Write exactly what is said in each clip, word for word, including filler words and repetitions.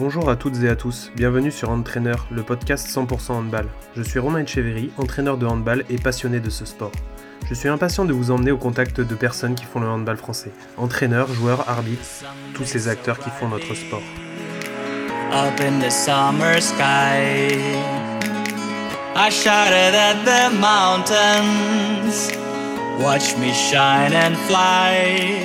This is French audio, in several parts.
Bonjour à toutes et à tous, bienvenue sur Entraîneur, le podcast cent pour cent handball. Je suis Romain Etcheverry, entraîneur de handball et passionné de ce sport. Je suis impatient de vous emmener au contact de personnes qui font le handball français. Entraîneurs, joueurs, arbitres, tous ces acteurs qui font notre sport. Up in the summer sky, I shouted at the mountains, watch me shine and fly.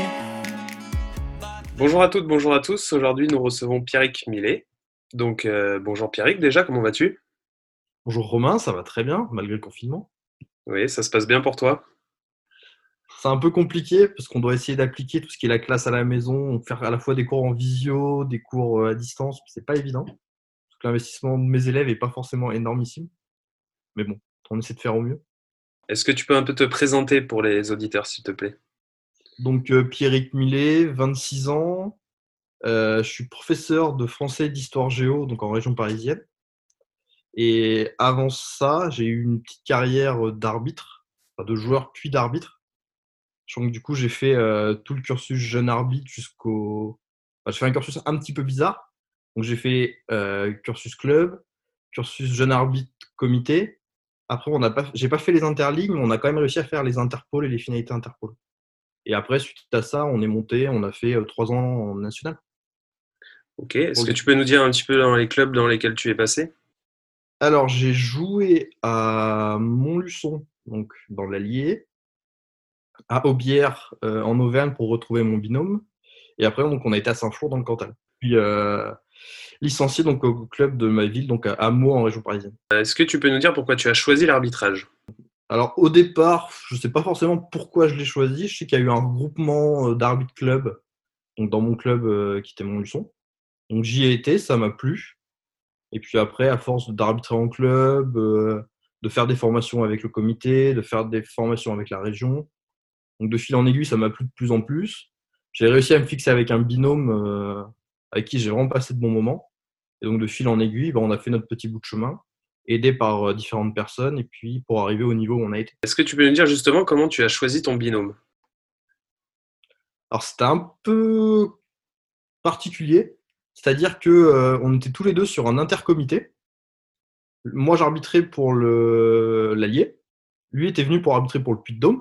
Bonjour à toutes, bonjour à tous. Aujourd'hui, nous recevons Pierrick Millet. Donc, euh, bonjour Pierrick, déjà, comment vas-tu ? Bonjour Romain, ça va très bien, malgré le confinement. Oui, ça se passe bien pour toi ? C'est un peu compliqué parce qu'on doit essayer d'appliquer tout ce qui est la classe à la maison, faire à la fois des cours en visio, des cours à distance, c'est pas évident. Parce que l'investissement de mes élèves n'est pas forcément énormissime. Mais bon, on essaie de faire au mieux. Est-ce que tu peux un peu te présenter pour les auditeurs, s'il te plaît ? Donc euh, Pierrick Millet, vingt-six ans, euh, je suis professeur de français et d'histoire géo, donc en région parisienne. Et avant ça, j'ai eu une petite carrière d'arbitre, enfin de joueur puis d'arbitre. Donc du coup, j'ai fait euh, tout le cursus jeune arbitre jusqu'au... Enfin, j'ai fait un cursus un petit peu bizarre. Donc j'ai fait euh, cursus club, cursus jeune arbitre comité. Après, on n'a pas... j'ai pas fait les interligues, mais on a quand même réussi à faire les interpôles et les finalités interpôles. Et après, suite à ça, on est monté, on a fait euh, trois ans en national. Ok, est-ce que tu peux nous dire un petit peu dans les clubs dans lesquels tu es passé ? Alors, j'ai joué à Montluçon, donc dans l'Allier, à Aubière euh, en Auvergne pour retrouver mon binôme. Et après, donc, on a été à Saint-Flour dans le Cantal. Puis euh, licencié donc, au club de ma ville, donc à Meaux en région parisienne. Est-ce que tu peux nous dire pourquoi tu as choisi l'arbitrage ? Alors au départ, je ne sais pas forcément pourquoi je l'ai choisi. Je sais qu'il y a eu un regroupement d'arbitres club, donc dans mon club euh, qui était Montluçon. Donc j'y ai été, ça m'a plu. Et puis après, à force d'arbitrer en club, euh, de faire des formations avec le comité, de faire des formations avec la région, donc de fil en aiguille, ça m'a plu de plus en plus. J'ai réussi à me fixer avec un binôme euh, avec qui j'ai vraiment passé de bons moments. Et donc de fil en aiguille, ben, on a fait notre petit bout de chemin, aidé par euh, différentes personnes, et puis pour arriver au niveau où on a été. Est-ce que tu peux nous dire justement comment tu as choisi ton binôme ? Alors c'était un peu particulier, c'est-à-dire que euh, on était tous les deux sur un intercomité. Moi j'arbitrais pour le l'Allier, lui était venu pour arbitrer pour le Puy-de-Dôme.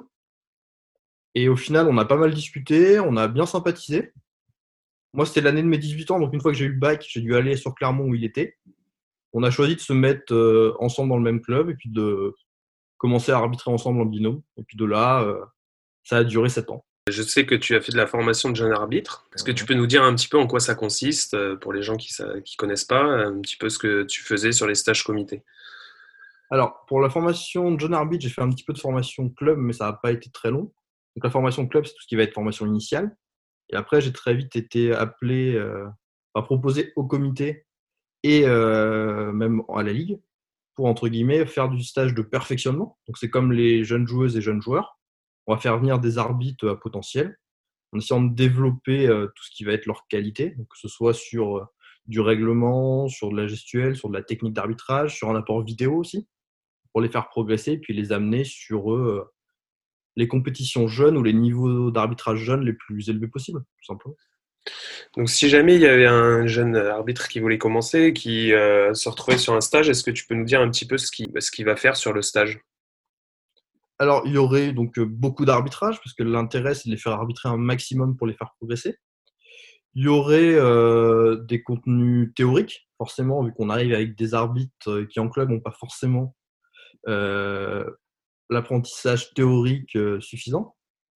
Et au final, on a pas mal discuté, on a bien sympathisé. Moi, c'était l'année de mes dix-huit ans, donc une fois que j'ai eu le bac, j'ai dû aller sur Clermont où il était. On a choisi de se mettre euh, ensemble dans le même club et puis de commencer à arbitrer ensemble en binôme. Et puis de là, euh, ça a duré sept ans. Je sais que tu as fait de la formation de jeune arbitre. Est-ce que tu peux nous dire un petit peu en quoi ça consiste, euh, pour les gens qui ne connaissent pas, un petit peu ce que tu faisais sur les stages comités ? Alors, pour la formation de jeune arbitre, j'ai fait un petit peu de formation club, mais ça n'a pas été très long. Donc la formation club, c'est tout ce qui va être formation initiale. Et après, j'ai très vite été appelé, euh, à proposer au comité et euh, même à la ligue pour, entre guillemets, faire du stage de perfectionnement. Donc c'est comme les jeunes joueuses et jeunes joueurs. On va faire venir des arbitres à potentiel en essayant de développer euh, tout ce qui va être leur qualité, donc que ce soit sur euh, du règlement, sur de la gestuelle, sur de la technique d'arbitrage, sur un apport vidéo aussi, pour les faire progresser et puis les amener sur euh, les compétitions jeunes ou les niveaux d'arbitrage jeunes les plus élevés possibles, tout simplement. Donc si jamais il y avait un jeune arbitre qui voulait commencer, qui euh, se retrouvait sur un stage, est-ce que tu peux nous dire un petit peu ce qu'il, ce qu'il va faire sur le stage ? Alors, il y aurait donc beaucoup d'arbitrage, parce que l'intérêt, c'est de les faire arbitrer un maximum pour les faire progresser. Il y aurait euh, des contenus théoriques, forcément, vu qu'on arrive avec des arbitres qui en club n'ont pas forcément euh, l'apprentissage théorique euh, suffisant.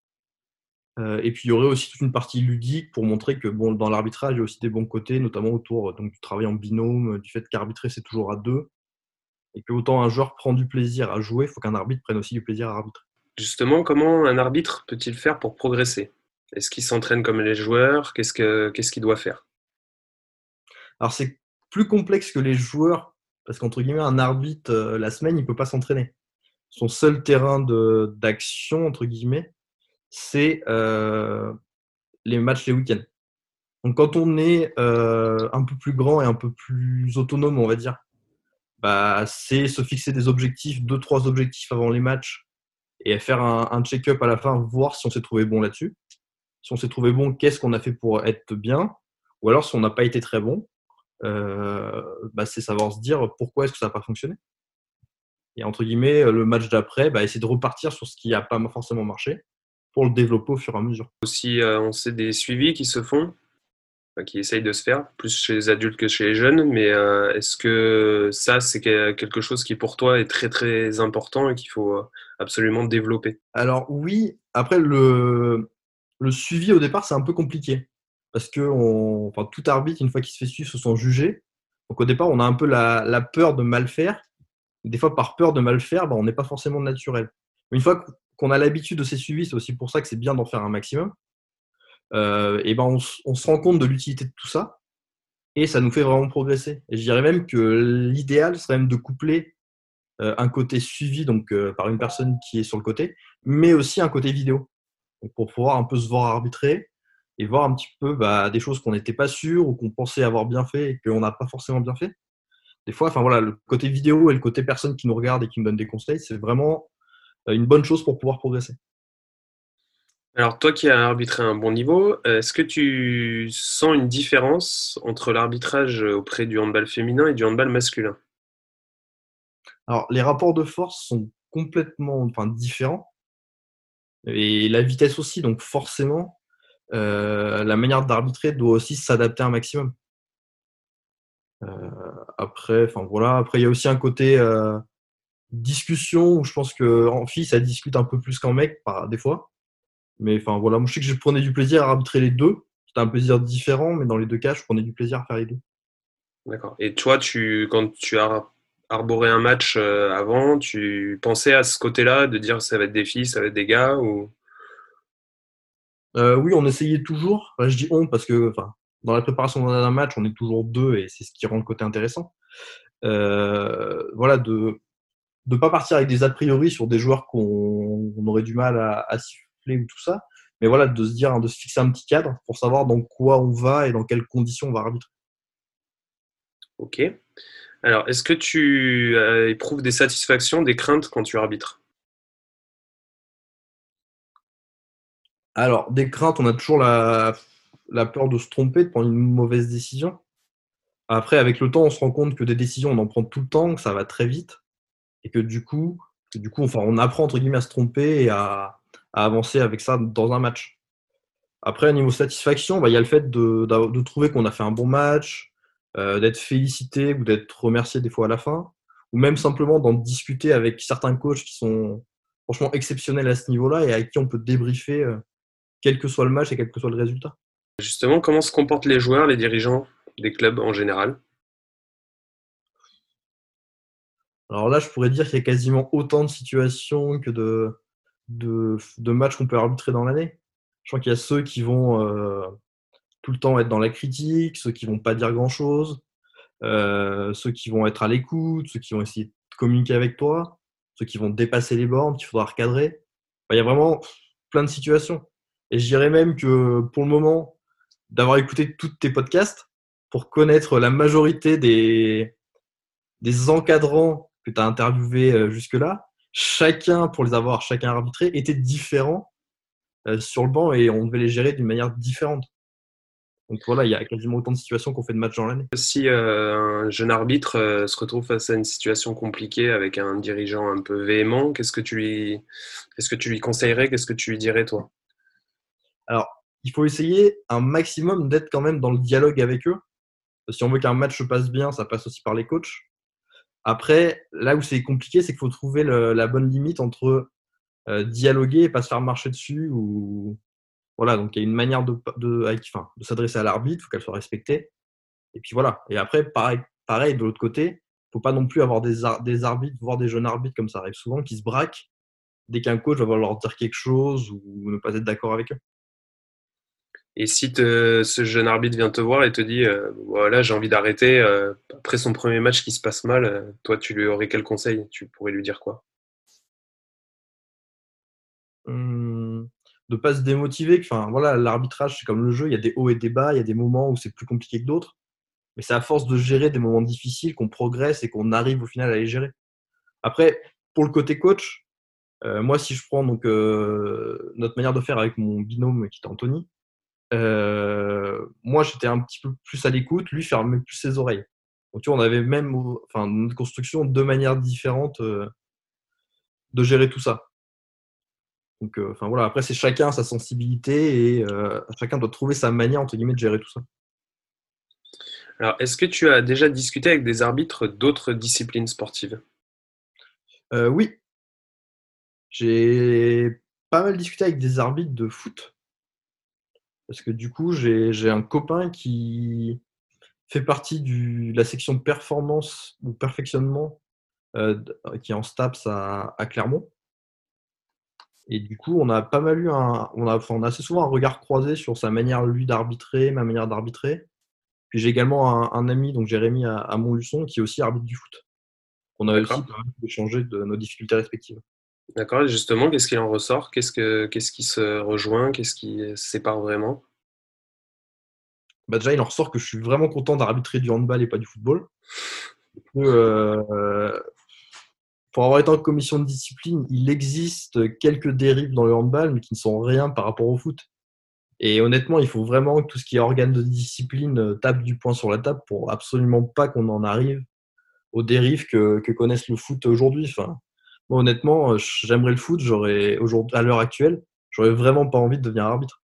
Euh, et puis, il y aurait aussi toute une partie ludique pour montrer que bon, dans l'arbitrage, il y a aussi des bons côtés, notamment autour donc, du travail en binôme, du fait qu'arbitrer, c'est toujours à deux. Et que autant un joueur prend du plaisir à jouer, il faut qu'un arbitre prenne aussi du plaisir à arbitrer. Justement, comment un arbitre peut-il faire pour progresser ? Est-ce qu'il s'entraîne comme les joueurs ? Qu'est-ce que, qu'est-ce qu'il doit faire ? Alors, c'est plus complexe que les joueurs, parce qu'entre guillemets, un arbitre, euh, la semaine, il ne peut pas s'entraîner. Son seul terrain de, d'action, entre guillemets, c'est euh, les matchs les week-ends. Donc, quand on est euh, un peu plus grand et un peu plus autonome, on va dire, bah, c'est se fixer des objectifs, deux, trois objectifs avant les matchs et faire un, un check-up à la fin, voir si on s'est trouvé bon là-dessus. Si on s'est trouvé bon, qu'est-ce qu'on a fait pour être bien ? Ou alors, si on n'a pas été très bon, euh, bah, c'est savoir se dire pourquoi est-ce que ça n'a pas fonctionné. Et entre guillemets, le match d'après, bah, essayer de repartir sur ce qui n'a pas forcément marché pour le développer au fur et à mesure. Aussi, euh, on sait des suivis qui se font, enfin, qui essayent de se faire, plus chez les adultes que chez les jeunes, mais euh, est-ce que ça, c'est que- quelque chose qui pour toi est très très important et qu'il faut euh, absolument développer? Alors oui, après le, le suivi au départ, c'est un peu compliqué. Parce que on, enfin, tout arbitre, une fois qu'il se fait suivre, se sent jugé. Donc au départ, on a un peu la, la peur de mal faire. Des fois, par peur de mal faire, bah, on n'est pas forcément naturel. Mais une fois qu'on a l'habitude de ces suivis, c'est aussi pour ça que c'est bien d'en faire un maximum. Euh, et ben on, s- on se rend compte de l'utilité de tout ça et ça nous fait vraiment progresser. Et je dirais même que l'idéal serait même de coupler euh, un côté suivi donc euh, par une personne qui est sur le côté, mais aussi un côté vidéo. Donc, pour pouvoir un peu se voir arbitrer et voir un petit peu bah, des choses qu'on n'était pas sûr ou qu'on pensait avoir bien fait et qu'on n'a pas forcément bien fait. Des fois, enfin voilà, le côté vidéo et le côté personne qui nous regarde et qui nous donne des conseils, c'est vraiment euh, une bonne chose pour pouvoir progresser. Alors toi qui as arbitré à un bon niveau, euh, est-ce que tu sens une différence entre l'arbitrage auprès du handball féminin et du handball masculin? Alors, les rapports de force sont complètement enfin, différents et la vitesse aussi, donc forcément, euh, la manière d'arbitrer doit aussi s'adapter un maximum. Euh, après, enfin voilà, après il y a aussi un côté euh, discussion où je pense qu'en fille ça discute un peu plus qu'en mec par des fois. Mais enfin voilà, moi je sais que je prenais du plaisir à arbitrer les deux. C'était un plaisir différent, mais dans les deux cas, je prenais du plaisir à faire les deux. D'accord. Et toi, tu, quand tu as arboré un match euh, avant, tu pensais à ce côté-là, de dire ça va être des filles, ça va être des gars, ou... Euh, oui, on essayait toujours. Enfin, je dis on parce que enfin, dans la préparation d'un match, on est toujours deux et c'est ce qui rend le côté intéressant. Euh, voilà, de ne pas partir avec des a priori sur des joueurs qu'on on aurait du mal à, à siffler ou tout ça. Mais voilà, de se dire, hein, de se fixer un petit cadre pour savoir dans quoi on va et dans quelles conditions on va arbitrer. Ok. Alors, est-ce que tu euh, éprouves des satisfactions, des craintes quand tu arbitres? Alors, des craintes, on a toujours la, la peur de se tromper, de prendre une mauvaise décision. Après, avec le temps, on se rend compte que des décisions, on en prend tout le temps, que ça va très vite, et que du coup, que du coup enfin, on apprend entre guillemets à se tromper et à, à avancer avec ça dans un match. Après, niveau satisfaction, bah, il y a le fait de, de, de trouver qu'on a fait un bon match, euh, d'être félicité ou d'être remercié des fois à la fin, ou même simplement d'en discuter avec certains coachs qui sont franchement exceptionnels à ce niveau-là et avec qui on peut débriefer, euh, quel que soit le match et quel que soit le résultat. Justement, comment se comportent les joueurs, les dirigeants des clubs en général? Alors là, je pourrais dire qu'il y a quasiment autant de situations que de, de, de matchs qu'on peut arbitrer dans l'année. Je crois qu'il y a ceux qui vont euh, tout le temps être dans la critique, ceux qui vont pas dire grand-chose, euh, ceux qui vont être à l'écoute, ceux qui vont essayer de communiquer avec toi, ceux qui vont dépasser les bornes, qu'il faudra recadrer. Enfin, il y a vraiment plein de situations. Et je dirais même que pour le moment, d'avoir écouté tous tes podcasts, pour connaître la majorité des, des encadrants que tu as interviewés euh, jusque-là, chacun, pour les avoir chacun arbitré, était différent euh, sur le banc et on devait les gérer d'une manière différente. Donc voilà, il y a quasiment autant de situations qu'on fait de matchs dans l'année. Si euh, un jeune arbitre euh, se retrouve face à une situation compliquée avec un dirigeant un peu véhément, qu'est-ce que tu lui, qu'est-ce que tu lui conseillerais, qu'est-ce que tu lui dirais, toi? Alors, il faut essayer un maximum d'être quand même dans le dialogue avec eux. Si on veut qu'un match se passe bien, ça passe aussi par les coachs. Après, là où c'est compliqué, c'est qu'il faut trouver le, la bonne limite entre euh, dialoguer et pas se faire marcher dessus. Ou... Voilà, donc il y a une manière de, de, avec, enfin, de s'adresser à l'arbitre, il faut qu'elle soit respectée. Et puis voilà. Et après, pareil, pareil de l'autre côté, il ne faut pas non plus avoir des, ar- des arbitres, voire des jeunes arbitres, comme ça arrive souvent, qui se braquent dès qu'un coach va vouloir leur dire quelque chose ou ne pas être d'accord avec eux. Et si te- ce jeune arbitre vient te voir et te dit, euh, voilà, j'ai envie d'arrêter, euh, après son premier match qui se passe mal, euh, toi, tu lui aurais quel conseil? Tu pourrais lui dire quoi? Hum, de pas se démotiver. Enfin, voilà, l'arbitrage, c'est comme le jeu, il y a des hauts et des bas, il y a des moments où c'est plus compliqué que d'autres. Mais c'est à force de gérer des moments difficiles qu'on progresse et qu'on arrive au final à les gérer. Après, pour le côté coach, euh, moi, si je prends donc euh, notre manière de faire avec mon binôme qui est Anthony, euh, moi, j'étais un petit peu plus à l'écoute, lui fermait plus ses oreilles. Donc, tu vois, on avait même, enfin, dans notre construction, deux manières différentes euh, de gérer tout ça. Donc, euh, enfin voilà, après, c'est chacun sa sensibilité et euh, chacun doit trouver sa manière, entre guillemets, de gérer tout ça. Alors, est-ce que tu as déjà discuté avec des arbitres d'autres disciplines sportives? Euh, oui, j'ai pas mal discuté avec des arbitres de foot parce que du coup, j'ai j'ai un copain qui fait partie du, de la section performance ou perfectionnement euh, d- qui est en STAPS à, à Clermont. Et du coup, on a pas mal eu un, on a, enfin, on a assez souvent un regard croisé sur sa manière, lui, d'arbitrer, ma manière d'arbitrer. Puis j'ai également un, un ami, donc Jérémy à, à Montluçon, qui est aussi arbitre du foot. On a aussi D'accord. pas mal échangé de nos difficultés respectives. D'accord. Et justement, qu'est-ce qu'il en ressort? Qu'est-ce que, qu'est-ce qui se rejoint? Qu'est-ce qui se sépare vraiment? Bah déjà, il en ressort que je suis vraiment content d'arbitrer du handball et pas du football. Que, euh, pour avoir été en commission de discipline, il existe quelques dérives dans le handball, mais qui ne sont rien par rapport au foot. Et honnêtement, il faut vraiment que tout ce qui est organe de discipline euh, tape du poing sur la table pour absolument pas qu'on en arrive aux dérives que, que connaissent le foot aujourd'hui. Enfin, moi, honnêtement, euh, j'aimerais le foot, j'aurais aujourd'hui, à l'heure actuelle, j'aurais vraiment pas envie de devenir arbitre.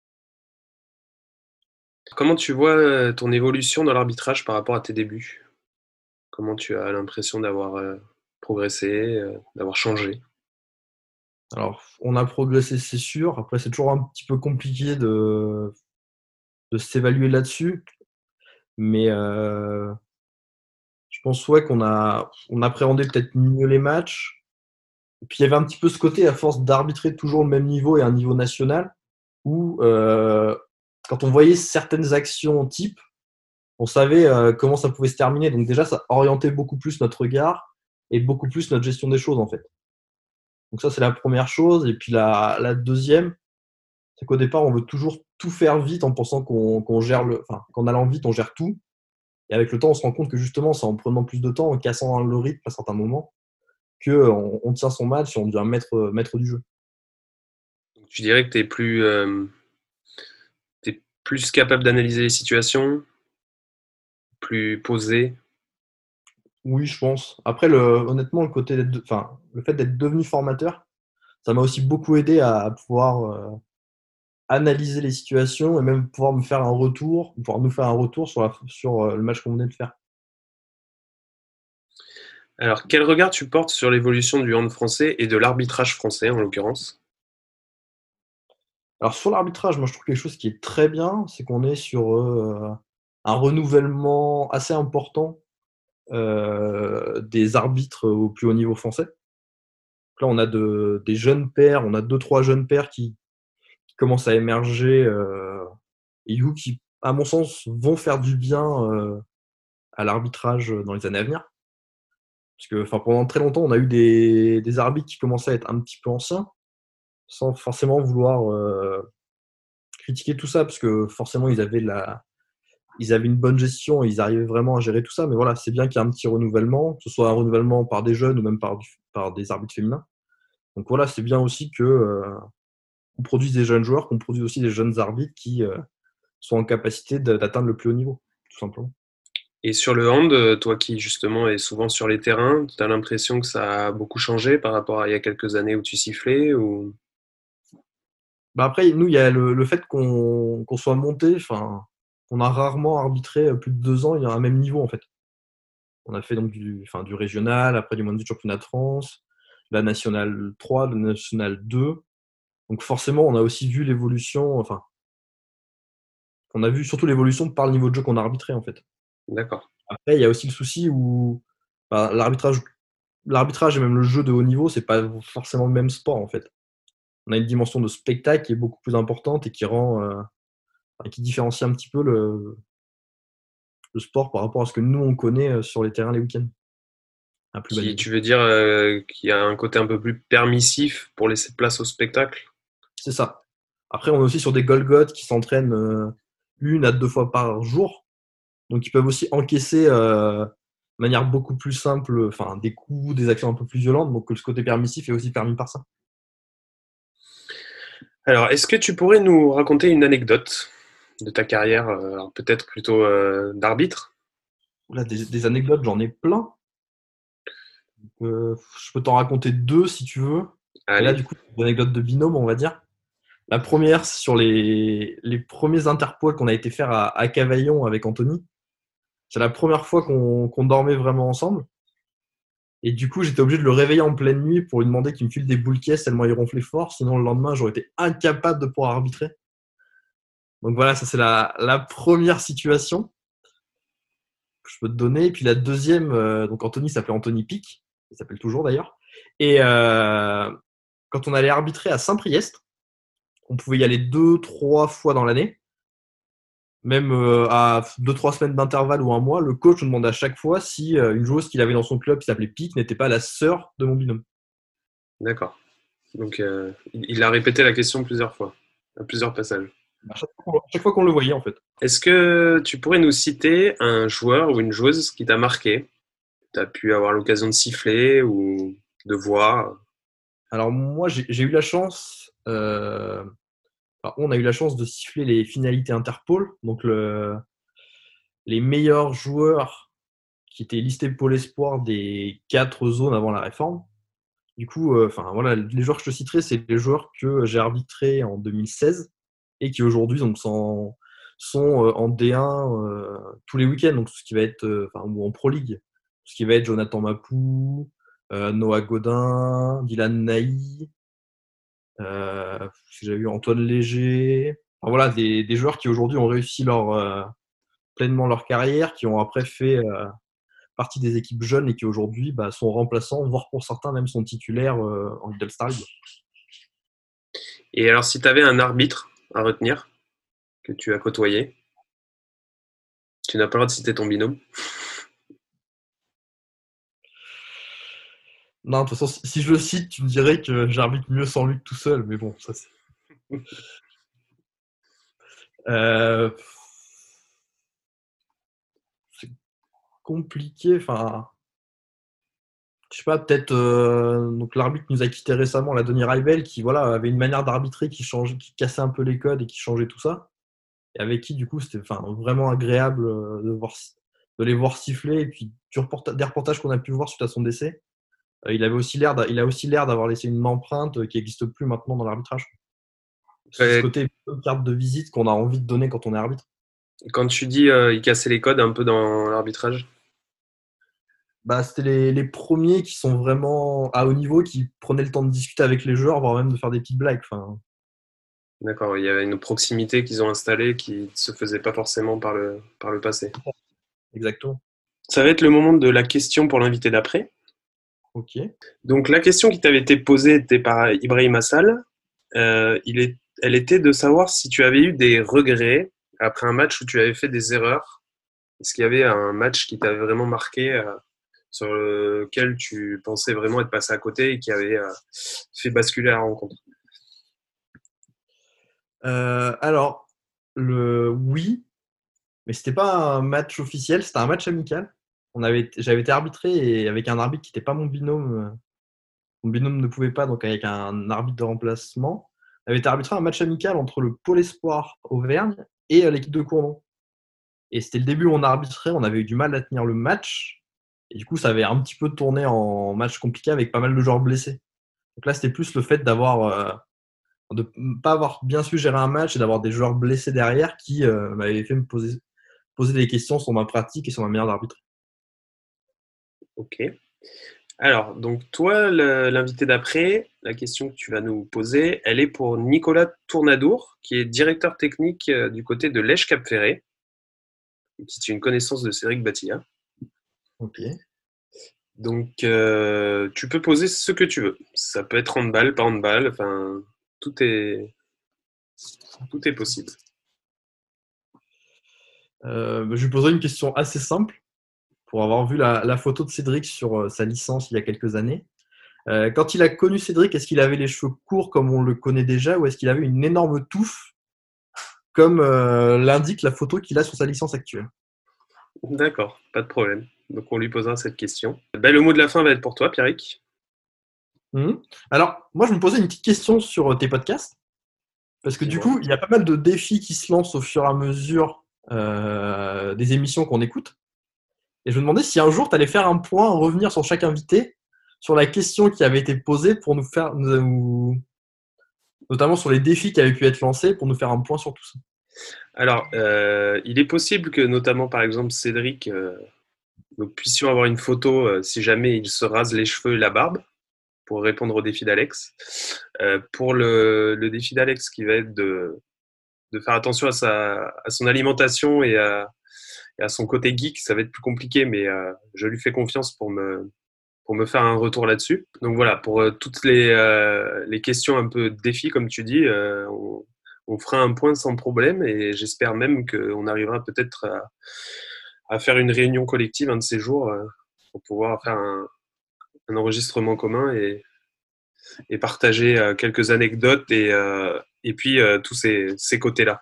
Comment tu vois euh, ton évolution dans l'arbitrage par rapport à tes débuts? Comment tu as l'impression d'avoir euh, progressé, euh, d'avoir changé? Alors, on a progressé, c'est sûr. Après, c'est toujours un petit peu compliqué de, de s'évaluer là-dessus. Mais euh, je pense ouais, qu'on a, on appréhendait peut-être mieux les matchs. Et puis, il y avait un petit peu ce côté, à force d'arbitrer toujours le même niveau et un niveau national, où euh, quand on voyait certaines actions type, on savait euh, comment ça pouvait se terminer. Donc déjà, ça orientait beaucoup plus notre regard et beaucoup plus notre gestion des choses, en fait. Donc ça, c'est la première chose. Et puis la, la deuxième, c'est qu'au départ, on veut toujours tout faire vite en pensant qu'on qu'on gère le, enfin, qu'en allant vite, on gère tout. Et avec le temps, on se rend compte que justement, c'est en prenant plus de temps, en cassant le rythme à certains moments, qu'on on tient son match et on devient maître, maître du jeu. Donc, tu dirais que tu es plus, euh, t'es plus capable d'analyser les situations, plus posé. Oui, je pense. Après, le, honnêtement, le côté d'être, enfin, le fait d'être devenu formateur, ça m'a aussi beaucoup aidé à, à pouvoir euh, analyser les situations et même pouvoir me faire un retour, pouvoir nous faire un retour sur, la, sur euh, le match qu'on venait de faire. Alors, quel regard tu portes sur l'évolution du hand français et de l'arbitrage français en l'occurrence? Alors sur l'arbitrage, moi je trouve quelque chose qui est très bien, c'est qu'on est sur euh, un renouvellement assez important euh, des arbitres au plus haut niveau français. Donc là, on a de, des jeunes pairs, on a deux trois jeunes pairs qui, qui commencent à émerger euh, et du coup, qui, à mon sens, vont faire du bien euh, à l'arbitrage dans les années à venir. Parce que enfin, pendant très longtemps, on a eu des, des arbitres qui commençaient à être un petit peu anciens, sans forcément vouloir euh, critiquer tout ça, parce que forcément, ils avaient, la, ils avaient une bonne gestion et ils arrivaient vraiment à gérer tout ça. Mais voilà, c'est bien qu'il y ait un petit renouvellement, que ce soit un renouvellement par des jeunes ou même par, du, par des arbitres féminins. Donc voilà, c'est bien aussi que euh, qu'on produise des jeunes joueurs, qu'on produise aussi des jeunes arbitres qui euh, sont en capacité de, d'atteindre le plus haut niveau, tout simplement. Et sur le hand, euh, toi qui justement es souvent sur les terrains, tu as l'impression que ça a beaucoup changé par rapport à il y a quelques années où tu sifflais ou... Bah après, nous, il y a le, le fait qu'on qu'on soit monté, enfin, on a rarement arbitré plus de deux ans il y a un même niveau en fait. On a fait donc du, enfin, du régional, après du moins du championnat de France, la nationale trois, la nationale deux. Donc forcément, on a aussi vu l'évolution, enfin, on a vu surtout l'évolution par le niveau de jeu qu'on a arbitré en fait. D'accord. Après, il y a aussi le souci où bah, l'arbitrage, l'arbitrage et même le jeu de haut niveau, c'est pas forcément le même sport en fait. On a une dimension de spectacle qui est beaucoup plus importante et qui rend, euh, enfin, qui différencie un petit peu le, le sport par rapport à ce que nous on connaît euh, sur les terrains les week-ends, à plus bas Qui, niveau. tu veux dire euh, qu'il y a un côté un peu plus permissif pour laisser place au spectacle? C'est ça. Après, on est aussi sur des Golgoth qui s'entraînent euh, une à deux fois par jour. Donc, ils peuvent aussi encaisser euh, de manière beaucoup plus simple, enfin, des coups, des actions un peu plus violentes. Donc, ce côté permissif est aussi permis par ça. Alors, est-ce que tu pourrais nous raconter une anecdote de ta carrière, euh, alors peut-être plutôt euh, d'arbitre? Là, des, des anecdotes, j'en ai plein. Euh, je peux t'en raconter deux si tu veux. Et là, Allez, du coup, des anecdotes de binôme, on va dire. La première, c'est sur les, les premiers interpôles qu'on a été faire à, à Cavaillon avec Anthony. C'est la première fois qu'on qu'on dormait vraiment ensemble. Et du coup, j'étais obligé de le réveiller en pleine nuit pour lui demander qu'il me file des boules caisses tellement il ronflait fort. Sinon, le lendemain, j'aurais été incapable de pouvoir arbitrer. Donc voilà, ça c'est la, la première situation que je peux te donner. Et puis la deuxième, euh, donc Anthony s'appelait Anthony Pic, il s'appelle toujours d'ailleurs. Et euh, quand on allait arbitrer à Saint-Priest, on pouvait y aller deux, trois fois dans l'année, même euh, à deux, trois semaines d'intervalle ou un mois. Le coach nous demandait à chaque fois si euh, une joueuse qu'il avait dans son club qui s'appelait Pic n'était pas la sœur de mon binôme. d'accord. Donc, euh, il il a répété la question plusieurs fois, à plusieurs passages. À chaque fois qu'on- à chaque fois qu'on le voyait, en fait. Est-ce que tu pourrais nous citer un joueur ou une joueuse qui t'a marqué? Tu as pu avoir l'occasion de siffler ou de voir? Alors moi, j'ai j'ai eu la chance, euh, enfin, on a eu la chance de siffler les finalités Interpol, donc le, les meilleurs joueurs qui étaient listés Pôle Espoir des quatre zones avant la réforme. Du coup, euh, enfin voilà, les joueurs que je te citerai, c'est les joueurs que j'ai arbitrés en deux mille seize et qui aujourd'hui donc sont, sont euh, en D un euh, tous les week-ends, donc tout ce qui va être, euh, enfin ou en Pro League, tout ce qui va être Jonathan Mapou, euh, Noah Godin, Dylan Naï, euh, j'ai eu Antoine Léger. Enfin, voilà, des, des joueurs qui aujourd'hui ont réussi leur, euh, pleinement leur carrière, qui ont après fait euh, partie des équipes jeunes et qui aujourd'hui bah, sont remplaçants, voire pour certains même sont titulaires euh, en Little Star League. Et alors, si tu avais un arbitre à retenir que tu as côtoyé, tu n'as pas le droit de citer ton binôme. Non, de toute façon, si si je le cite, tu me dirais que j'arbitre mieux sans lui que tout seul, mais bon, ça c'est. Euh, c'est compliqué, enfin. Je sais pas, peut-être. Euh, donc l'arbitre nous a quitté récemment, la Denis Raibel, qui voilà, avait une manière d'arbitrer qui changeait, qui cassait un peu les codes et qui changeait tout ça. Et avec qui, du coup, c'était enfin, vraiment agréable euh, de, voir, de les voir siffler. Et puis, du reporta- des reportages qu'on a pu voir suite à son décès, euh, il, avait aussi l'air d'a- il a aussi l'air d'avoir laissé une empreinte euh, qui n'existe plus maintenant dans l'arbitrage. C'est ce Ouais, côté carte de visite qu'on a envie de donner quand on est arbitre. quand tu dis euh, il cassait les codes un peu dans l'arbitrage, Bah, c'était les, les premiers qui sont vraiment à haut niveau, qui prenaient le temps de discuter avec les joueurs, voire même de faire des petites blagues. Enfin, d'accord, il y avait une proximité qu'ils ont installée qui ne se faisait pas forcément par le, par le passé. exactement. Ça va être le moment de la question pour l'invité d'après. Ok. Donc la question qui t'avait été posée était par Ibrahim Assal. Euh, il est, elle était de savoir si tu avais eu des regrets après un match où tu avais fait des erreurs. Est-ce qu'il y avait un match qui t'avait vraiment marqué, euh, sur lequel tu pensais vraiment être passé à côté et qui avait euh, fait basculer la rencontre? Euh, alors, le oui, mais c'était pas un match officiel, c'était un match amical. On avait, été- j'avais été arbitré et avec un arbitre qui n'était pas mon binôme. euh, Mon binôme ne pouvait pas, donc avec un arbitre de remplacement. On avait été arbitré un match amical entre le Pôle Espoir Auvergne et euh, l'équipe de Cournon. Et c'était le début où on arbitrait, on avait eu du mal à tenir le match. Et du coup, ça avait un petit peu tourné en match compliqué avec pas mal de joueurs blessés. Donc là, c'était plus le fait d'avoir euh, de ne pas avoir bien su gérer un match et d'avoir des joueurs blessés derrière qui euh, m'avaient fait me poser, poser des questions sur ma pratique et sur ma manière d'arbitrer. Ok. Alors, donc toi, le- l'invité d'après, la question que tu vas nous poser, elle est pour Nicolas Tournadour, qui est directeur technique euh, du côté de Lèche Cap Ferré, qui est une connaissance de Cédric Batilla. Ok. Donc, euh, tu peux poser ce que tu veux. Ça peut être handball, pas handball, enfin, tout est, tout est possible. Euh, je lui poserai une question assez simple pour avoir vu la, la photo de Cédric sur euh, sa licence il y a quelques années. Euh, quand il a connu Cédric, est-ce qu'il avait les cheveux courts comme on le connaît déjà ou est-ce qu'il avait une énorme touffe comme euh, l'indique la photo qu'il a sur sa licence actuelle? D'accord, pas de problème. Donc, on lui posera cette question. Ben, le mot de la fin va être pour toi, Pierrick. Mhm. Alors, moi, je me posais une petite question sur euh, tes podcasts. Parce que du Dis-moi. coup, il y a pas mal de défis qui se lancent au fur et à mesure euh, des émissions qu'on écoute. Et je me demandais si un jour, tu allais faire un point, revenir sur chaque invité, sur la question qui avait été posée pour nous faire, nous, notamment sur les défis qui avaient pu être lancés, pour nous faire un point sur tout ça. Alors, euh, il est possible que, notamment par exemple Cédric, euh, nous puissions avoir une photo euh, si jamais il se rase les cheveux et la barbe, pour répondre au défi d'Alex. Euh, pour le, le défi d'Alex qui va être de, de faire attention à, sa, à son alimentation et à, et à son côté geek, ça va être plus compliqué, mais euh, je lui fais confiance pour me, pour me faire un retour là-dessus. Donc voilà, pour euh, toutes les, euh, les questions un peu défis, comme tu dis, euh, on, on fera un point sans problème et j'espère même qu'on arrivera peut-être à, à faire une réunion collective un de ces jours euh, pour pouvoir faire un, un enregistrement commun et, et partager euh, quelques anecdotes et, euh, et puis euh, tous ces, ces côtés-là.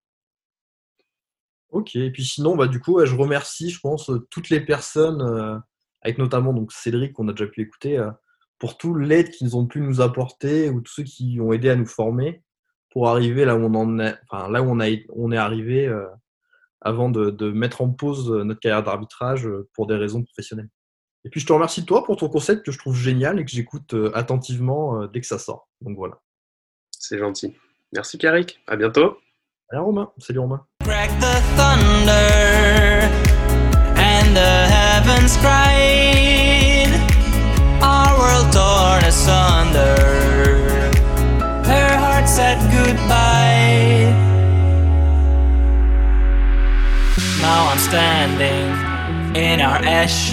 Ok, et puis sinon, bah, du coup, ouais, je remercie, je pense, euh, toutes les personnes, euh, avec notamment donc, Cédric, qu'on a déjà pu écouter, euh, pour toute l'aide qu'ils ont pu nous apporter, ou tous ceux qui ont aidé à nous former, pour arriver là où on, en est, enfin, là où on, a, on est arrivé euh, avant de, de mettre en pause notre carrière d'arbitrage euh, pour des raisons professionnelles. Et puis je te remercie toi pour ton concept que je trouve génial et que j'écoute euh, attentivement euh, dès que ça sort. Donc voilà. C'est gentil. Merci Pierrick, à bientôt. Allez Romain, salut Romain. Crack the thunder and the heavens cried. Our world torn asunder. Her heart said goodbye. Now I'm standing in our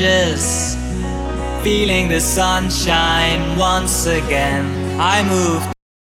ashes, feeling the sunshine once again. I moved